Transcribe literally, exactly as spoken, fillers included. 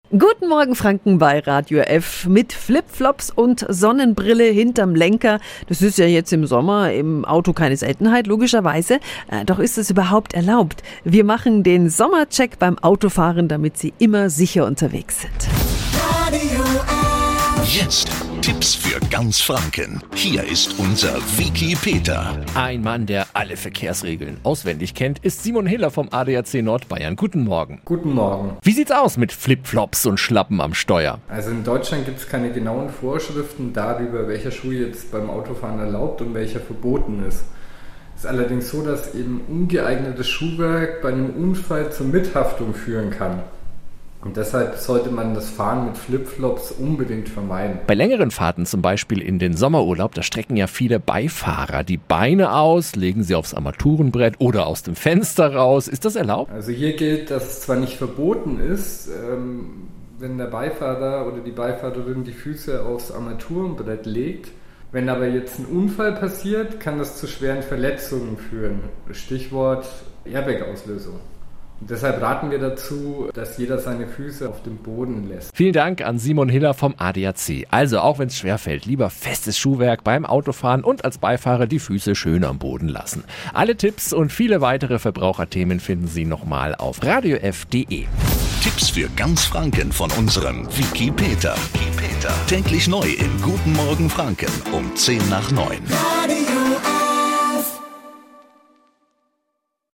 Guten Morgen Franken bei Radio F mit Flipflops und Sonnenbrille hinterm Lenker. Das ist ja jetzt im Sommer im Auto keine Seltenheit, logischerweise. Äh, doch ist es überhaupt erlaubt? Wir machen den Sommercheck beim Autofahren, damit Sie immer sicher unterwegs sind. Radio F. Jetzt Tipps für ganz Franken. Hier ist unser Wiki Peter. Ein Mann, der alle Verkehrsregeln auswendig kennt, ist Simon Hiller vom A D A C Nordbayern. Guten Morgen. Guten Morgen. Wie sieht's aus mit Flipflops und Schlappen am Steuer? Also in Deutschland gibt es keine genauen Vorschriften darüber, welcher Schuh jetzt beim Autofahren erlaubt und welcher verboten ist. Es ist allerdings so, dass eben ungeeignetes Schuhwerk bei einem Unfall zur Mithaftung führen kann. Und deshalb sollte man das Fahren mit Flipflops unbedingt vermeiden. Bei längeren Fahrten, zum Beispiel in den Sommerurlaub, da strecken ja viele Beifahrer die Beine aus, legen sie aufs Armaturenbrett oder aus dem Fenster raus. Ist das erlaubt? Also hier gilt, dass es zwar nicht verboten ist, ähm, wenn der Beifahrer oder die Beifahrerin die Füße aufs Armaturenbrett legt. Wenn aber jetzt ein Unfall passiert, kann das zu schweren Verletzungen führen. Stichwort Airbag-Auslösung. Und deshalb raten wir dazu, dass jeder seine Füße auf dem Boden lässt. Vielen Dank an Simon Hiller vom A D A C. Also auch wenn es schwerfällt, lieber festes Schuhwerk beim Autofahren und als Beifahrer die Füße schön am Boden lassen. Alle Tipps und viele weitere Verbraucherthemen finden Sie nochmal auf radiof punkt de. Tipps für ganz Franken von unserem Wiki Peter. Täglich neu in Guten Morgen Franken um zehn nach neun. Radio